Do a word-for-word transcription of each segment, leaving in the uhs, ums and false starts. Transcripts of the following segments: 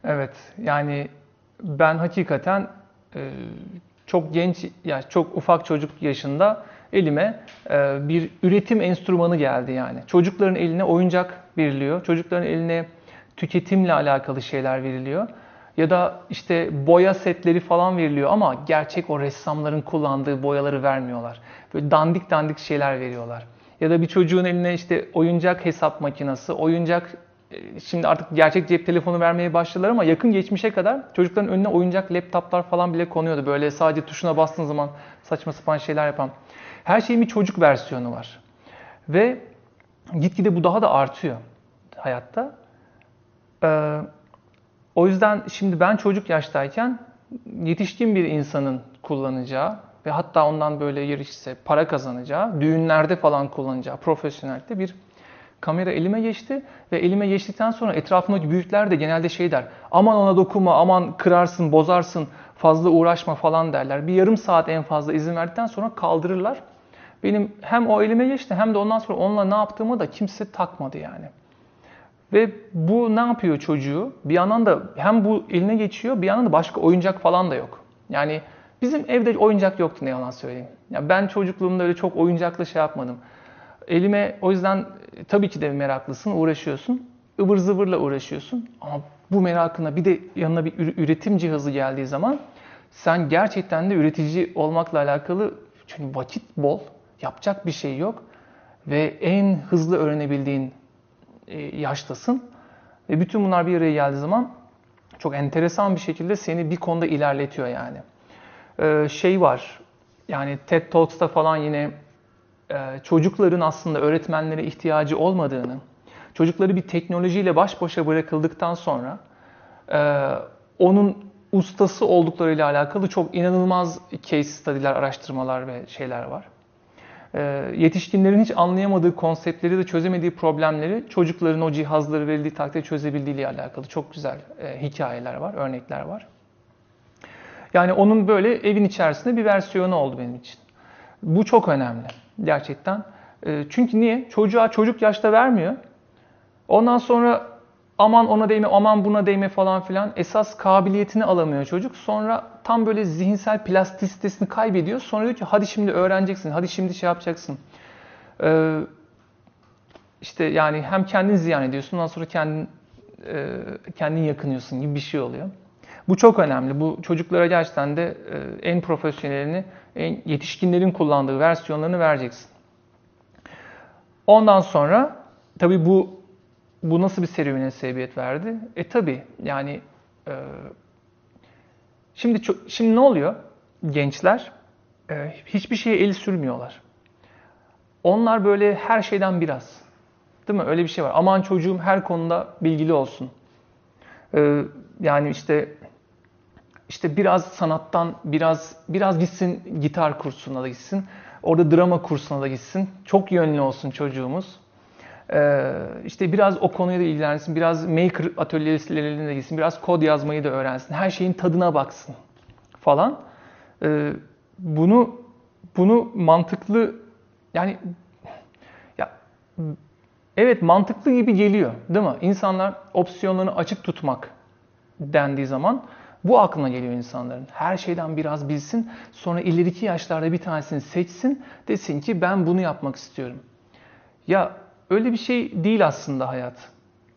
Evet, yani ben hakikaten e, çok genç, ya çok ufak çocuk yaşında elime e, bir üretim enstrümanı geldi yani. Çocukların eline oyuncak veriliyor, çocukların eline tüketimle alakalı şeyler veriliyor. Ya da işte boya setleri falan veriliyor ama gerçek o ressamların kullandığı boyaları vermiyorlar. Böyle dandik dandik şeyler veriyorlar. Ya da bir çocuğun eline işte oyuncak hesap makinesi, oyuncak e, şimdi artık gerçek cep telefonu vermeye başladılar ama yakın geçmişe kadar çocukların önüne oyuncak laptoplar falan bile konuyordu. Böyle sadece tuşuna bastığın zaman saçma sapan şeyler yapan. Her şeyin bir çocuk versiyonu var. Ve gitgide bu daha da artıyor hayatta. Ee, O yüzden şimdi ben çocuk yaştayken yetişkin bir insanın kullanacağı ve hatta ondan böyle yer işte para kazanacağı, düğünlerde falan kullanacağı profesyonelde bir kamera elime geçti ve elime geçtikten sonra etrafımdaki büyükler de genelde şey der. Aman ona dokunma, aman kırarsın, bozarsın, fazla uğraşma falan derler. Bir yarım saat en fazla izin verdikten sonra kaldırırlar. Benim hem o elime geçti hem de ondan sonra onunla ne yaptığımı da kimse takmadı yani. Ve bu ne yapıyor çocuğu? Bir yandan da hem bu eline geçiyor, bir yandan da başka oyuncak falan da yok. Yani bizim evde oyuncak yoktu ne yalan söyleyeyim. Ya ben çocukluğumda öyle çok oyuncakla şey yapmadım. Elime o yüzden e, tabii ki de meraklısın, uğraşıyorsun. ıvır zıvırla uğraşıyorsun. Ama bu merakına bir de yanına bir üretim cihazı geldiği zaman sen gerçekten de üretici olmakla alakalı çünkü vakit bol, yapacak bir şey yok ve en hızlı öğrenebildiğin e, yaştasın. Ve bütün bunlar bir araya geldiği zaman çok enteresan bir şekilde seni bir konuda ilerletiyor yani. Ee, şey var, yani TED Talks'ta falan yine e, çocukların aslında öğretmenlere ihtiyacı olmadığını, çocukları bir teknolojiyle baş başa bırakıldıktan sonra e, onun ustası olduklarıyla alakalı çok inanılmaz case study'ler, araştırmalar ve şeyler var. E, yetişkinlerin hiç anlayamadığı konseptleri de çözemediği problemleri çocukların o cihazları verildiği takdirde çözebildiği ile alakalı çok güzel e, hikayeler var, örnekler var. Yani onun böyle evin içerisinde bir versiyonu oldu benim için. Bu çok önemli gerçekten. E, çünkü niye? Çocuğa çocuk yaşta vermiyor. Ondan sonra aman ona değme, aman buna değme falan filan. Esas kabiliyetini alamıyor çocuk. Sonra tam böyle zihinsel plastisitesini kaybediyor. Sonra diyor ki hadi şimdi öğreneceksin, hadi şimdi şey yapacaksın. Ee, işte yani hem kendini ziyan ediyorsun, ondan sonra kendin, e, kendin yakınıyorsun gibi bir şey oluyor. Bu çok önemli. Bu çocuklara gerçekten de e, en profesyonelini, en yetişkinlerin kullandığı versiyonlarını vereceksin. Ondan sonra tabii bu bu nasıl bir serüvene sebebiyet verdi? E tabii yani e, şimdi şimdi ne oluyor? Gençler e, hiçbir şeye el sürmüyorlar. Onlar böyle her şeyden biraz. Değil mi? Öyle bir şey var. Aman çocuğum her konuda bilgili olsun. E, yani işte işte biraz sanattan biraz biraz gitsin gitar kursuna da gitsin. Orada drama kursuna da gitsin. Çok yönlü olsun çocuğumuz. Ee, işte biraz o konuya da ilgilensin, biraz maker atölyelerine de gitsin, biraz kod yazmayı da öğrensin, her şeyin tadına baksın falan. Ee, bunu bunu mantıklı yani ya evet mantıklı gibi geliyor, değil mi? İnsanlar opsiyonlarını açık tutmak dendiği zaman bu aklına geliyor insanların. Her şeyden biraz bilsin, sonra ileriki yaşlarda bir tanesini seçsin, desin ki ben bunu yapmak istiyorum. Ya öyle bir şey değil aslında hayat.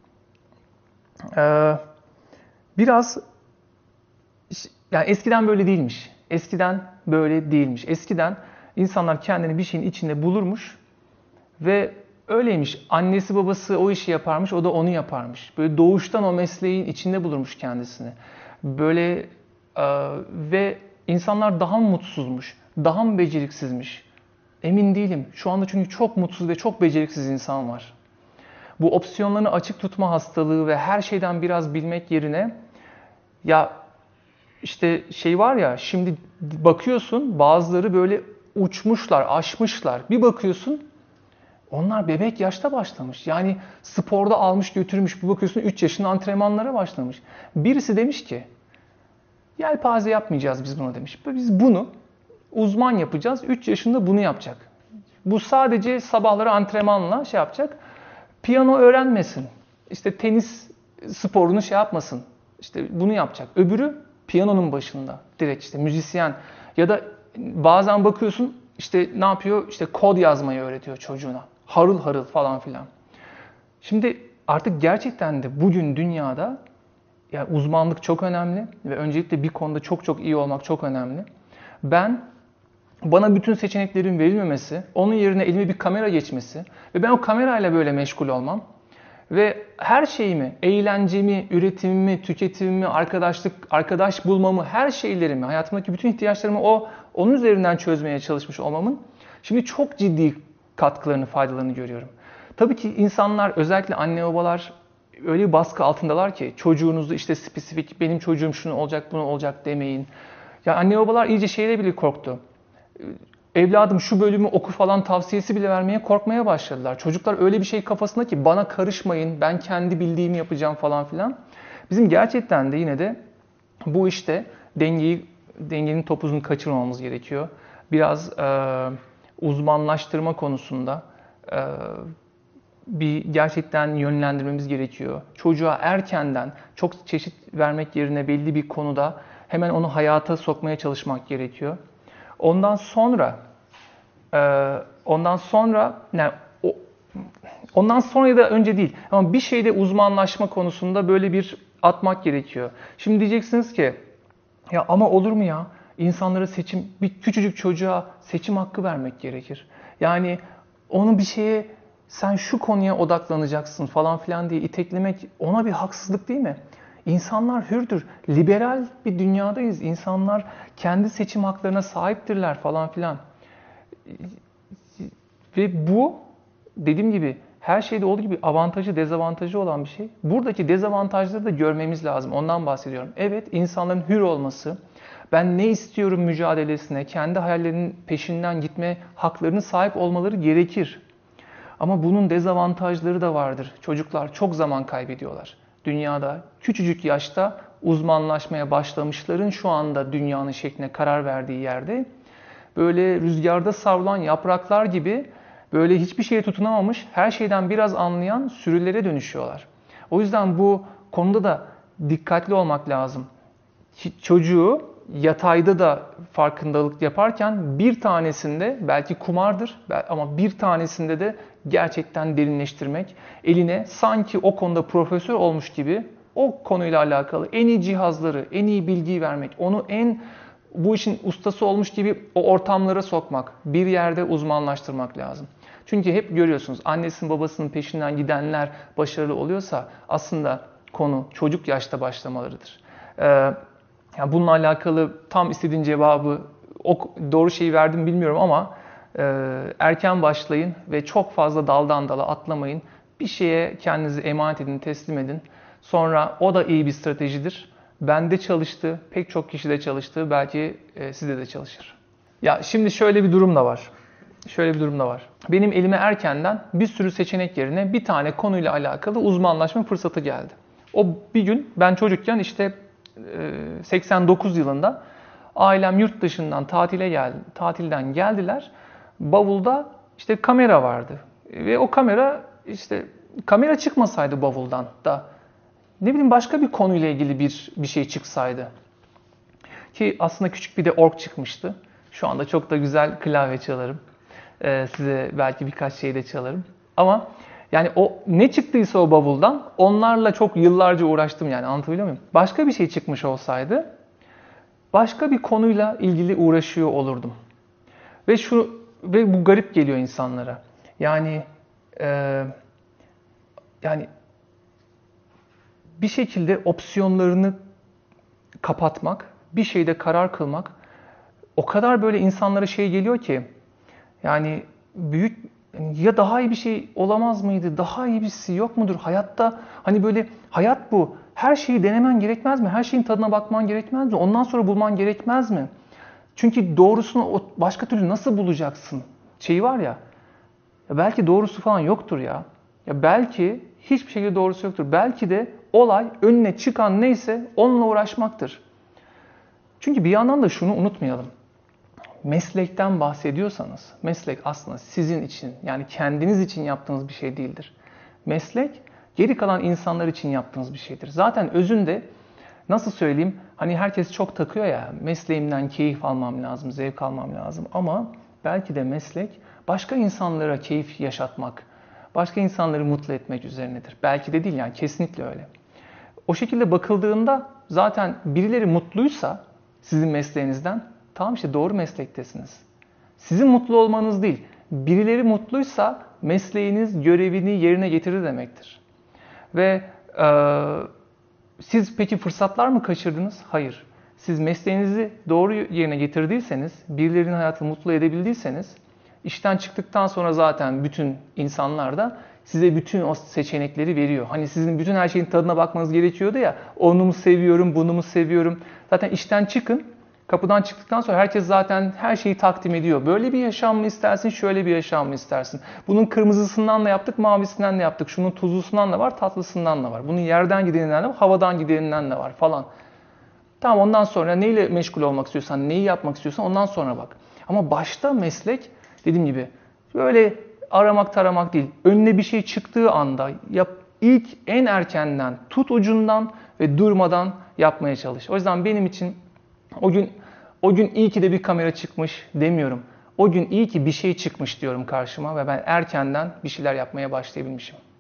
Ee, biraz yani eskiden böyle değilmiş. Eskiden böyle değilmiş. Eskiden insanlar kendini bir şeyin içinde bulurmuş ve öyleymiş. Annesi babası o işi yaparmış, o da onu yaparmış. Böyle doğuştan o mesleğin içinde bulurmuş kendisini. Böyle e, ve insanlar daha mı mutsuzmuş, daha mı beceriksizmiş? Emin değilim. Şu anda çünkü çok mutsuz ve çok beceriksiz insan var. Bu opsiyonlarını açık tutma hastalığı ve her şeyden biraz bilmek yerine ya işte şey var ya şimdi bakıyorsun bazıları böyle uçmuşlar, aşmışlar. Bir bakıyorsun onlar bebek yaşta başlamış. Yani sporda almış götürmüş. Bir bakıyorsun üç yaşında antrenmanlara başlamış. Birisi demiş ki yelpaze yapmayacağız biz buna demiş. Biz bunu uzman yapacağız. üç yaşında bunu yapacak. Bu sadece sabahları antrenmanla şey yapacak. Piyano öğrenmesin. İşte tenis sporunu şey yapmasın. İşte bunu yapacak. Öbürü piyanonun başında. Direkt işte müzisyen. Ya da bazen bakıyorsun işte ne yapıyor? İşte kod yazmayı öğretiyor çocuğuna. Harıl harıl falan filan. Şimdi artık gerçekten de bugün dünyada yani uzmanlık çok önemli ve öncelikle bir konuda çok çok iyi olmak çok önemli. Ben bana bütün seçeneklerin verilmemesi, onun yerine elime bir kamera geçmesi ve ben o kamerayla böyle meşgul olmam ve her şeyimi, eğlencemi, üretimimi, tüketimimi, arkadaşlık, arkadaş bulmamı, her şeylerimi, hayatımdaki bütün ihtiyaçlarımı o onun üzerinden çözmeye çalışmış olmamın şimdi çok ciddi katkılarını, faydalarını görüyorum. Tabii ki insanlar, özellikle anne babalar öyle bir baskı altındalar ki çocuğunuzu işte spesifik, benim çocuğum şunu olacak, bunu olacak demeyin. Ya anne babalar iyice şeyle bile korktu. Evladım şu bölümü oku falan tavsiyesi bile vermeye korkmaya başladılar. Çocuklar öyle bir şey kafasında ki bana karışmayın, ben kendi bildiğimi yapacağım falan filan. Bizim gerçekten de yine de bu işte dengeyi, dengenin topuzunu kaçırmamamız gerekiyor. Biraz e, uzmanlaştırma konusunda e, bir gerçekten yönlendirmemiz gerekiyor. Çocuğa erkenden çok çeşit vermek yerine belli bir konuda hemen onu hayata sokmaya çalışmak gerekiyor. Ondan sonra ondan sonra yani ondan sonra ya da önce değil ama bir şeyde uzmanlaşma konusunda böyle bir atmak gerekiyor. Şimdi diyeceksiniz ki ya ama olur mu ya? İnsanlara seçim, bir küçücük çocuğa seçim hakkı vermek gerekir. Yani onu bir şeye sen şu konuya odaklanacaksın falan filan diye iteklemek ona bir haksızlık değil mi? İnsanlar hürdür. Liberal bir dünyadayız. İnsanlar kendi seçim haklarına sahiptirler falan filan. Ve bu dediğim gibi her şeyde olduğu gibi avantajı dezavantajı olan bir şey. Buradaki dezavantajları da görmemiz lazım. Ondan bahsediyorum. Evet, insanların hür olması, ben ne istiyorum mücadelesine, kendi hayallerinin peşinden gitme haklarının sahip olmaları gerekir. Ama bunun dezavantajları da vardır. Çocuklar çok zaman kaybediyorlar. Dünyada küçücük yaşta uzmanlaşmaya başlamışların şu anda dünyanın şekline karar verdiği yerde böyle rüzgarda savrulan yapraklar gibi böyle hiçbir şeye tutunamamış, her şeyden biraz anlayan sürülere dönüşüyorlar. O yüzden bu konuda da dikkatli olmak lazım. Çocuğu yatayda da farkındalık yaparken bir tanesinde belki kumardır ama bir tanesinde de gerçekten derinleştirmek, eline sanki o konuda profesör olmuş gibi o konuyla alakalı en iyi cihazları, en iyi bilgiyi vermek, onu en bu işin ustası olmuş gibi o ortamlara sokmak, bir yerde uzmanlaştırmak lazım. Çünkü hep görüyorsunuz annesinin babasının peşinden gidenler başarılı oluyorsa aslında konu çocuk yaşta başlamalarıdır. Ee, yani bununla alakalı tam istediğin cevabı, o doğru şeyi verdim bilmiyorum ama e, erken başlayın ve çok fazla daldan dala atlamayın. Bir şeye kendinizi emanet edin, teslim edin. Sonra o da iyi bir stratejidir. Bende çalıştı, pek çok kişide çalıştı, belki e, sizde de çalışır. Ya şimdi şöyle bir durum da var. Şöyle bir durum da var. Benim elime erkenden bir sürü seçenek yerine bir tane konuyla alakalı uzmanlaşma fırsatı geldi. O bir gün ben çocukken işte seksen dokuz yılında ailem yurt dışından tatile geldi, tatilden geldiler. Bavulda işte kamera vardı. Ve o kamera işte kamera çıkmasaydı bavuldan da ne bileyim başka bir konuyla ilgili bir bir şey çıksaydı. Ki aslında küçük bir de org çıkmıştı. Şu anda çok da güzel klavye çalarım. Ee, size belki birkaç şey de çalarım. Ama yani o ne çıktıysa o bavuldan onlarla çok yıllarca uğraştım yani anlatabiliyor muyum? Başka bir şey çıkmış olsaydı başka bir konuyla ilgili uğraşıyor olurdum. Ve şu ve bu garip geliyor insanlara. Yani e, yani bir şekilde opsiyonlarını kapatmak, bir şeyde karar kılmak o kadar böyle insanlara şey geliyor ki yani büyük ya daha iyi bir şey olamaz mıydı? Daha iyi birisi yok mudur? Hayatta hani böyle hayat bu. Her şeyi denemen gerekmez mi? Her şeyin tadına bakman gerekmez mi? Ondan sonra bulman gerekmez mi? Çünkü doğrusunu başka türlü nasıl bulacaksın? Şeyi var ya, ya belki doğrusu falan yoktur ya. Ya belki hiçbir şekilde doğrusu yoktur. Belki de olay önüne çıkan neyse onunla uğraşmaktır. Çünkü bir yandan da şunu unutmayalım. Meslekten bahsediyorsanız, meslek aslında sizin için, yani kendiniz için yaptığınız bir şey değildir. Meslek, geri kalan insanlar için yaptığınız bir şeydir. Zaten özünde nasıl söyleyeyim? Hani herkes çok takıyor ya, mesleğimden keyif almam lazım, zevk almam lazım. Ama belki de meslek başka insanlara keyif yaşatmak, başka insanları mutlu etmek üzerinedir. Belki de değil, yani kesinlikle öyle. O şekilde bakıldığında zaten birileri mutluysa sizin mesleğinizden, tamam işte doğru meslektesiniz. Sizin mutlu olmanız değil, birileri mutluysa mesleğiniz görevini yerine getirdi demektir. Ve e, siz peki fırsatlar mı kaçırdınız? Hayır. Siz mesleğinizi doğru yerine getirdiyseniz, birilerinin hayatını mutlu edebildiyseniz, işten çıktıktan sonra zaten bütün insanlar da size bütün o seçenekleri veriyor. Hani sizin bütün her şeyin tadına bakmanız gerekiyordu ya, onu mu seviyorum, bunu mu seviyorum. Zaten işten çıkın, kapıdan çıktıktan sonra herkes zaten her şeyi takdim ediyor. Böyle bir yaşam mı istersin, şöyle bir yaşam mı istersin? Bunun kırmızısından da yaptık, mavisinden de yaptık. Şunun tuzlusundan da var, tatlısından da var. Bunun yerden gideninden de var, havadan gideninden de var falan. Tamam, ondan sonra neyle meşgul olmak istiyorsan, neyi yapmak istiyorsan ondan sonra bak. Ama başta meslek, dediğim gibi, böyle aramak taramak değil. Önüne bir şey çıktığı anda yap, ilk en erkenden tut ucundan ve durmadan yapmaya çalış. O yüzden benim için o gün o gün iyi ki de bir kamera çıkmış demiyorum. O gün iyi ki bir şey çıkmış diyorum karşıma ve ben erkenden bir şeyler yapmaya başlayabilmişim.